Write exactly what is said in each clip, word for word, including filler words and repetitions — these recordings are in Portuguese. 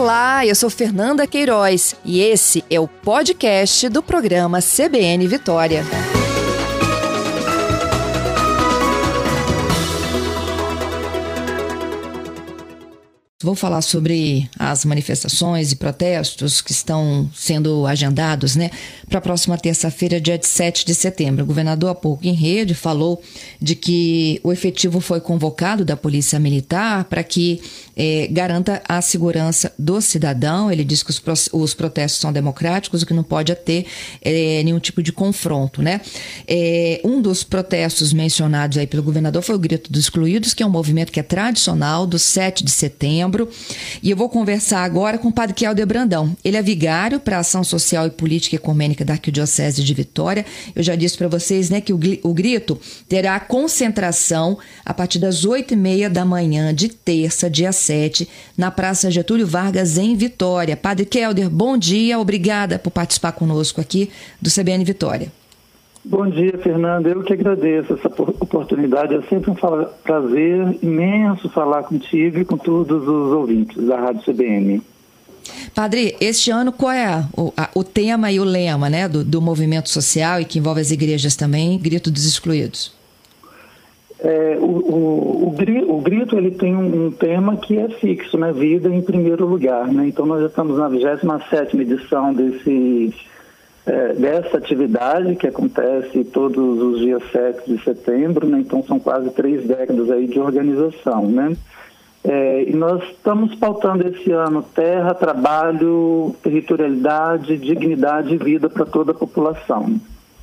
Olá, eu sou Fernanda Queiroz e esse é o podcast do programa C B N Vitória. Vou falar sobre as manifestações e protestos que estão sendo agendados, né, para a próxima terça-feira, dia sete de setembro. O governador, há pouco em rede, falou de que o efetivo foi convocado da Polícia Militar para que eh, garanta a segurança do cidadão. Ele diz que os, os protestos são democráticos, o que não pode é ter eh, nenhum tipo de confronto, né? Eh, um dos protestos mencionados aí pelo governador foi o Grito dos Excluídos, que é um movimento que é tradicional do sete de setembro. E eu vou conversar agora com o padre Kelder Brandão. Ele é vigário para a Ação Social e Política Ecumênica da Arquidiocese de Vitória. Eu já disse para vocês, né, que o, o grito terá concentração a partir das oito e meia da manhã de terça, dia sete, na Praça Getúlio Vargas, em Vitória. Padre Kelder, bom dia. Obrigada por participar conosco aqui do C B N Vitória. Bom dia, Fernanda. Eu que agradeço essa oportunidade. É sempre um prazer imenso falar contigo e com todos os ouvintes da Rádio C B N. Padre, este ano qual é o, a, o tema e o lema, né, do, do movimento social e que envolve as igrejas também, Grito dos Excluídos? É, o, o, o, grito, o grito ele tem um, um tema que é fixo, né? Vida em primeiro lugar, né? Então nós já estamos na vigésima sétima edição desse... É, dessa atividade que acontece todos os dias sete de setembro, né? Então são quase três décadas aí de organização, né? É, e nós estamos pautando esse ano terra, trabalho, territorialidade, dignidade e vida para toda a população.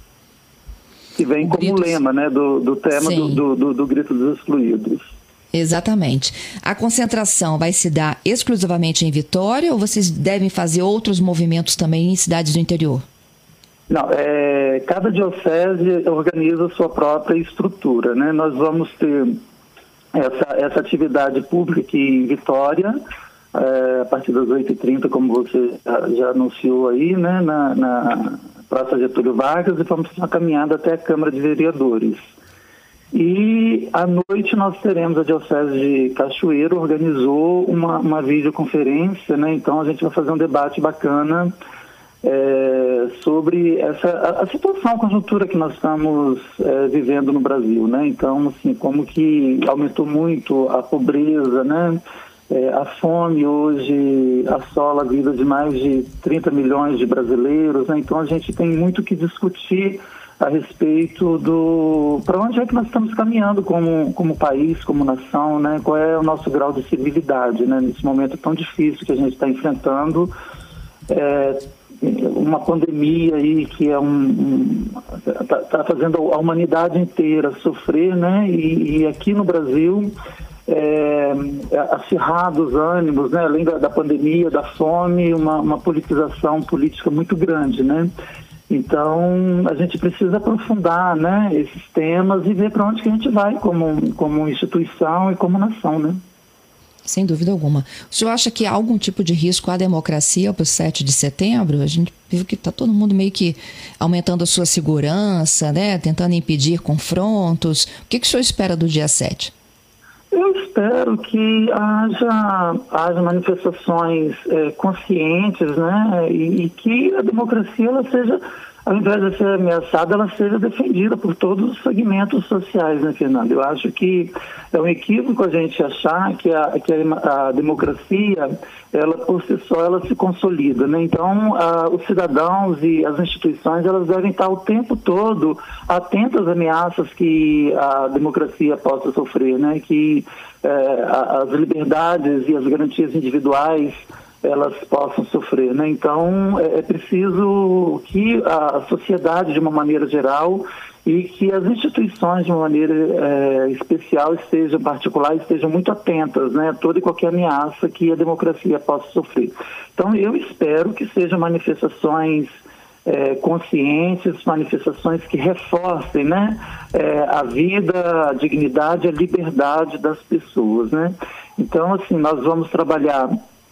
Que vem como Gritos. lema, né, do, do tema do, do, do, do Grito dos Excluídos. Exatamente. A concentração vai se dar exclusivamente em Vitória ou vocês devem fazer outros movimentos também em cidades do interior? Não, é, cada diocese organiza a sua própria estrutura, né? Nós vamos ter essa, essa atividade pública aqui em Vitória, é, a partir das oito e trinta, como você já, já anunciou aí, né? Na, na Praça Getúlio Vargas, e vamos ter uma caminhada até a Câmara de Vereadores. E à noite nós teremos, a Diocese de Cachoeiro organizou uma, uma videoconferência, né? Então a gente vai fazer um debate bacana É, sobre essa, a, a situação, a conjuntura que nós estamos é, vivendo no Brasil, né? Então, assim, como que aumentou muito a pobreza, né? É, a fome hoje assola a vida de mais de trinta milhões de brasileiros, né? Então a gente tem muito que discutir a respeito do para onde é que nós estamos caminhando como, como país, como nação, né? Qual é o nosso grau de civilidade, né? Nesse momento tão difícil que a gente está enfrentando, é, uma pandemia aí que é um está tá fazendo a humanidade inteira sofrer, né? E, e aqui no Brasil, é, acirrados ânimos, né? Além da, da pandemia, da fome, uma, uma politização política muito grande, né? Então a gente precisa aprofundar, né, esses temas e ver para onde que a gente vai como, como instituição e como nação, né? Sem dúvida alguma. O senhor acha que há algum tipo de risco à democracia para o sete de setembro? A gente viu que está todo mundo meio que aumentando a sua segurança, né? Tentando impedir confrontos. O que, que o senhor espera do dia sete? Eu espero que haja, haja manifestações é, conscientes, né? E, e que a democracia ela seja, ao invés de ser ameaçada, ela seja defendida por todos os segmentos sociais, né, Fernando? Eu acho que é um equívoco a gente achar que a, que a, a democracia, ela por si só, ela se consolida, né? Então, a, os cidadãos e as instituições, elas devem estar o tempo todo atentas às ameaças que a democracia possa sofrer, né? Que é, as liberdades e as garantias individuais elas possam sofrer, né? Então é, é preciso que a sociedade, de uma maneira geral, e que as instituições, de uma maneira é, especial, estejam particular, estejam muito atentas, né, a toda e qualquer ameaça que a democracia possa sofrer. Então eu espero que sejam manifestações é, conscientes, manifestações que reforcem, né, é, a vida, a dignidade, a liberdade das pessoas, né? Então, assim, nós vamos trabalhar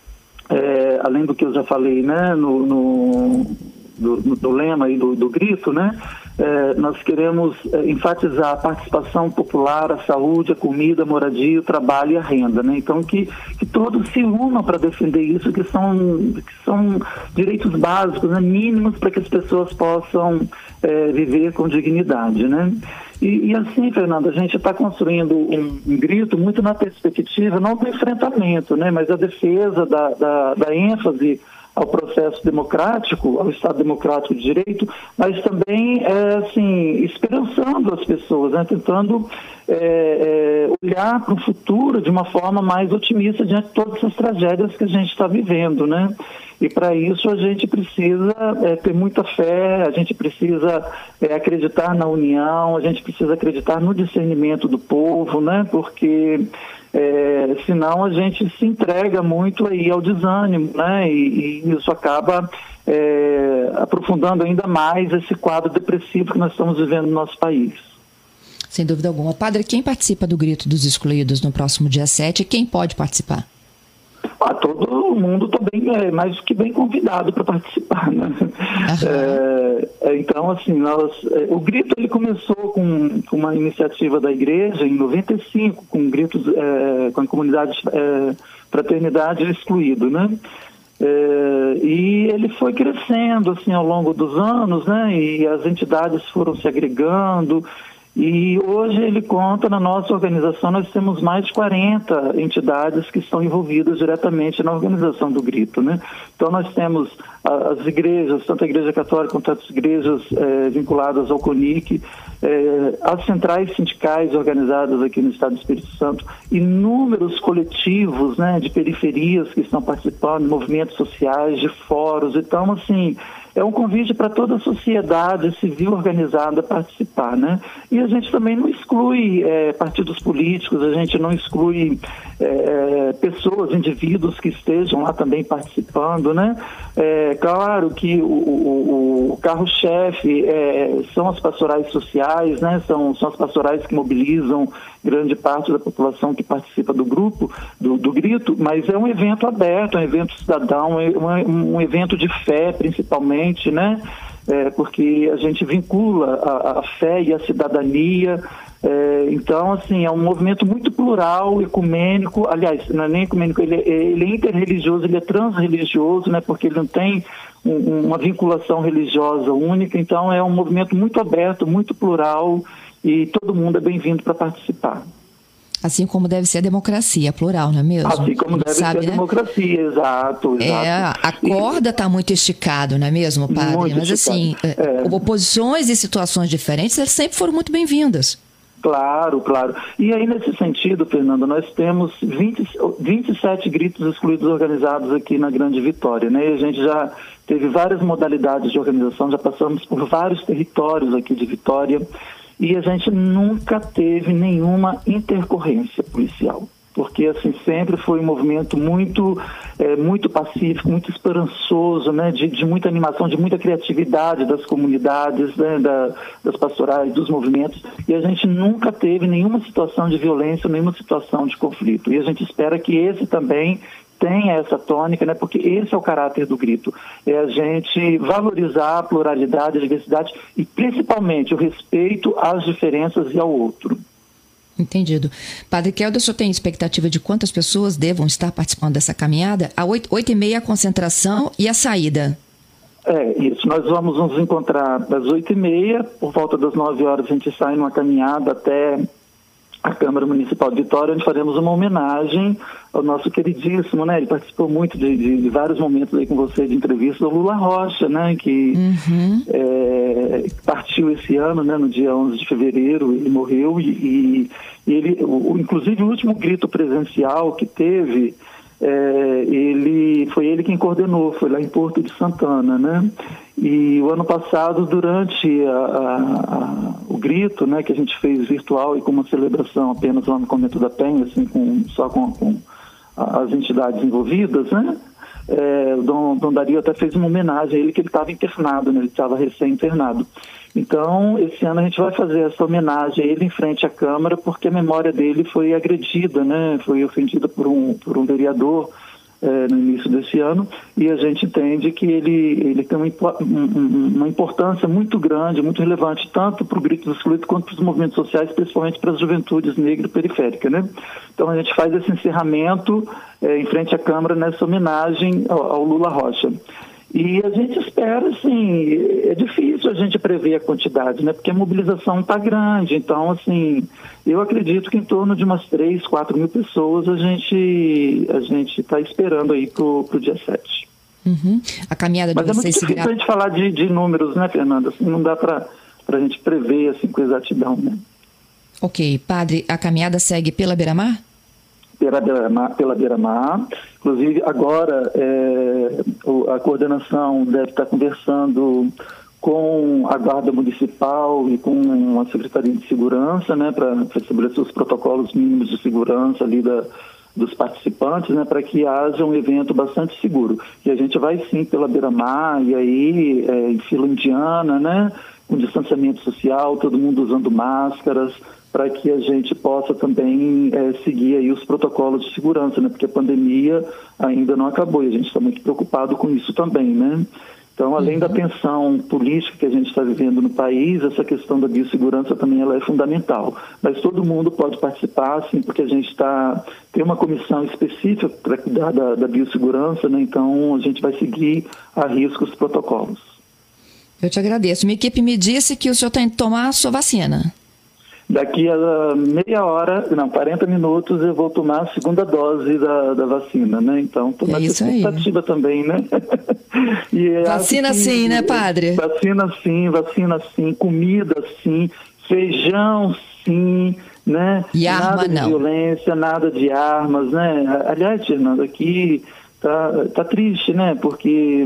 É, além do que eu já falei, né, no, no, do, do lema e do, do grito, né, É, nós queremos é, enfatizar a participação popular, a saúde, a comida, a moradia, o trabalho e a renda, né? Então, que, que todos se unam para defender isso, que são, que são direitos básicos, né? Mínimos, para que as pessoas possam é, viver com dignidade, né? E, e assim, Fernanda, a gente está construindo um, um grito muito na perspectiva, não do enfrentamento, né? Mas a defesa da, da, da ênfase ao processo democrático, ao Estado Democrático de Direito, mas também, é, assim, esperançando as pessoas, né? Tentando é, é, olhar para o futuro de uma forma mais otimista diante de todas as tragédias que a gente está vivendo, né? E para isso a gente precisa é, ter muita fé, a gente precisa é, acreditar na união, a gente precisa acreditar no discernimento do povo, né? Porque é, senão a gente se entrega muito aí ao desânimo, né? E, e isso acaba é, aprofundando ainda mais esse quadro depressivo que nós estamos vivendo no nosso país. Sem dúvida alguma. Padre, quem participa do Grito dos Excluídos no próximo dia sete, quem pode participar? Ah, todo mundo está bem, é, mais do que bem convidado para participar, né? Uhum. É, então, assim, nós, é, o Grito ele começou com, com uma iniciativa da igreja em noventa e cinco, com gritos, é, com a comunidade é, Fraternidade Excluído, né? É, e ele foi crescendo, assim, ao longo dos anos, né? E as entidades foram se agregando. E hoje ele conta, na nossa organização, nós temos mais de quarenta entidades que estão envolvidas diretamente na organização do Grito, né? Então nós temos as igrejas, tanto a Igreja Católica quanto as igrejas é, vinculadas ao CONIC, é, as centrais sindicais organizadas aqui no Estado do Espírito Santo, inúmeros coletivos, né, de periferias que estão participando, movimentos sociais, de fóruns. Então, assim, é um convite para toda a sociedade civil organizada a participar, né? E a gente também não exclui é, partidos políticos, a gente não exclui é, pessoas, indivíduos que estejam lá também participando, né? É claro que o, o, o carro-chefe é, são as pastorais sociais, né? São, são as pastorais que mobilizam grande parte da população que participa do grupo, do, do Grito, mas é um evento aberto, é um evento cidadão, é um, um evento de fé, principalmente, né? É, porque a gente vincula a, a fé e a cidadania. É, então, assim, é um movimento muito plural, ecumênico. Aliás, não é nem ecumênico, ele, ele é interreligioso, ele é transreligioso, né? Porque ele não tem um, uma vinculação religiosa única. Então, é um movimento muito aberto, muito plural, e todo mundo é bem-vindo para participar. Assim como deve ser a democracia, plural, não é mesmo? Assim como deve sabe, ser a né? democracia, exato, exato. É, a corda está muito esticado, não é mesmo, padre? Muito Mas assim, é. oposições e situações diferentes, elas sempre foram muito bem-vindas. Claro, claro. E aí, nesse sentido, Fernanda, nós temos vinte, vinte e sete gritos excluídos organizados aqui na Grande Vitória, né? E a gente já teve várias modalidades de organização, já passamos por vários territórios aqui de Vitória, e a gente nunca teve nenhuma intercorrência policial, porque assim sempre foi um movimento muito, é, muito pacífico, muito esperançoso, né, de, de muita animação, de muita criatividade das comunidades, né, da, das pastorais, dos movimentos, e a gente nunca teve nenhuma situação de violência, nenhuma situação de conflito, e a gente espera que esse também tenha essa tônica, né? Porque esse é o caráter do Grito, é a gente valorizar a pluralidade, a diversidade e principalmente o respeito às diferenças e ao outro. Entendido. Padre Kelder, o senhor tem expectativa de quantas pessoas devam estar participando dessa caminhada? A oito, oito e meia a concentração e a saída. É, isso. Nós vamos nos encontrar das oito e meia, por volta das nove horas a gente sai numa caminhada até a Câmara Municipal de Vitória, onde faremos uma homenagem ao nosso queridíssimo, né? Ele participou muito de, de, de vários momentos aí com você de entrevista, o Lula Rocha, né? Que uhum. é, partiu esse ano, né? No dia onze de fevereiro, ele morreu e, e ele, o, inclusive o último grito presencial que teve, é, ele, foi ele quem coordenou, foi lá em Porto de Santana, né? E o ano passado, durante a, a, a, o grito, né, que a gente fez virtual e com uma celebração apenas lá no Convento da Penha, assim, com, só com, com as entidades envolvidas, né? É, o Dom, Dom Dario até fez uma homenagem a ele, que ele estava internado, né? Ele estava recém-internado. Então, esse ano a gente vai fazer essa homenagem a ele em frente à Câmara, porque a memória dele foi agredida, né? Foi ofendida por um, por um vereador é, no início desse ano, e a gente entende que ele, ele tem uma, uma importância muito grande, muito relevante, tanto para o Grito do Excluído quanto para os movimentos sociais, principalmente para as juventudes negras e periféricas, né? Então a gente faz esse encerramento é, em frente à Câmara nessa homenagem ao, ao Lula Rocha. E a gente espera, assim, é difícil a gente prever a quantidade, né? Porque a mobilização está grande. Então, assim, eu acredito que em torno de umas três, quatro mil pessoas a gente a gente está esperando aí para o dia sete. Uhum. A caminhada de Mas vocês... é muito difícil a gente falar de, de números, né, Fernanda? Assim, não dá para a gente prever, assim, com exatidão, né? Ok. Padre, a caminhada segue pela Beira-Mar? Pela Beira-Mar, pela Beira-Mar. Inclusive, agora é, a coordenação deve estar conversando com a Guarda Municipal e com a Secretaria de Segurança, né, para estabelecer os protocolos mínimos de segurança ali da, dos participantes, né, para que haja um evento bastante seguro. E a gente vai sim pela Beira-Mar, e aí é, em fila indiana, né, com distanciamento social, todo mundo usando máscaras, para que a gente possa também é, seguir aí os protocolos de segurança, né? Porque a pandemia ainda não acabou e a gente está muito preocupado com isso também, né? Então, além uhum. da tensão política que a gente está vivendo no país, essa questão da biossegurança também ela é fundamental. Mas todo mundo pode participar, sim, porque a gente está tem uma comissão específica para cuidar da, da biossegurança, né? Então, a gente vai seguir a risco os protocolos. Eu te agradeço. Minha equipe me disse que o senhor tem que tomar a sua vacina. Daqui a meia hora, não, quarenta minutos, eu vou tomar a segunda dose da, da vacina, né? Então, estou na expectativa também, né? E vacina que, sim, né, padre? Vacina sim, vacina sim, comida sim, feijão sim, né? E arma nada de não. violência, nada de armas, né? Aliás, Fernando, aqui tá, tá triste, né? Porque,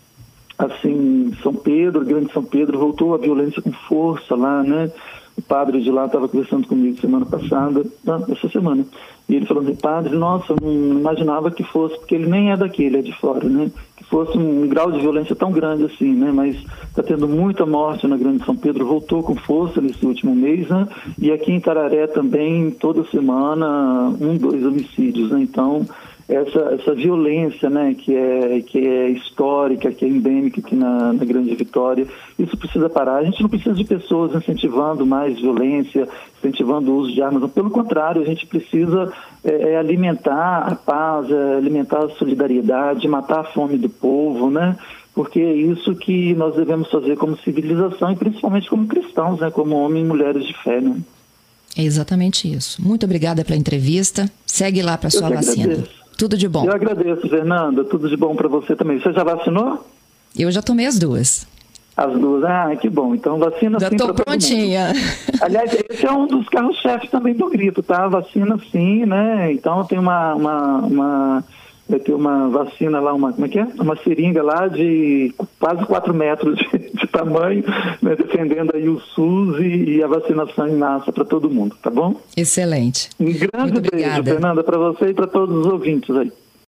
assim, São Pedro, Grande São Pedro, voltou a violência com força lá, né? O padre de lá estava conversando comigo semana passada, não, essa semana, e ele falou assim, padre, nossa, não imaginava que fosse, porque ele nem é daqui, ele é de fora, né, que fosse um grau de violência tão grande assim, né, mas está tendo muita morte na Grande São Pedro, voltou com força nesse último mês, né, e aqui em Tararé também, toda semana, um, dois homicídios, né, então... Essa, essa violência, né, que é, que é histórica, que é endêmica aqui na, na Grande Vitória, isso precisa parar. A gente não precisa de pessoas incentivando mais violência, incentivando o uso de armas. Pelo contrário, a gente precisa é, alimentar a paz, é, alimentar a solidariedade, matar a fome do povo, né? Porque é isso que nós devemos fazer como civilização e principalmente como cristãos, né, como homens e mulheres de fé, né? É exatamente isso. Muito obrigada pela entrevista. Segue lá para a sua vacina. Agradeço. Tudo de bom. Eu agradeço, Fernanda. Tudo de bom para você também. Você já vacinou? Eu já tomei as duas. As duas? Ah, que bom. Então, vacina já sim para todo mundo. Já estou prontinha. Aliás, esse é um dos carros-chefes também do Grito, tá? Vacina sim, né? Então, tem uma... uma, uma... Vai ter uma vacina lá, uma, como é que é? Uma seringa lá de quase quatro metros de, de tamanho, né, defendendo aí o SUS e, e a vacinação em massa para todo mundo, tá bom? Excelente. Um grande Muito beijo, obrigada. Fernanda, para você e para todos os ouvintes aí.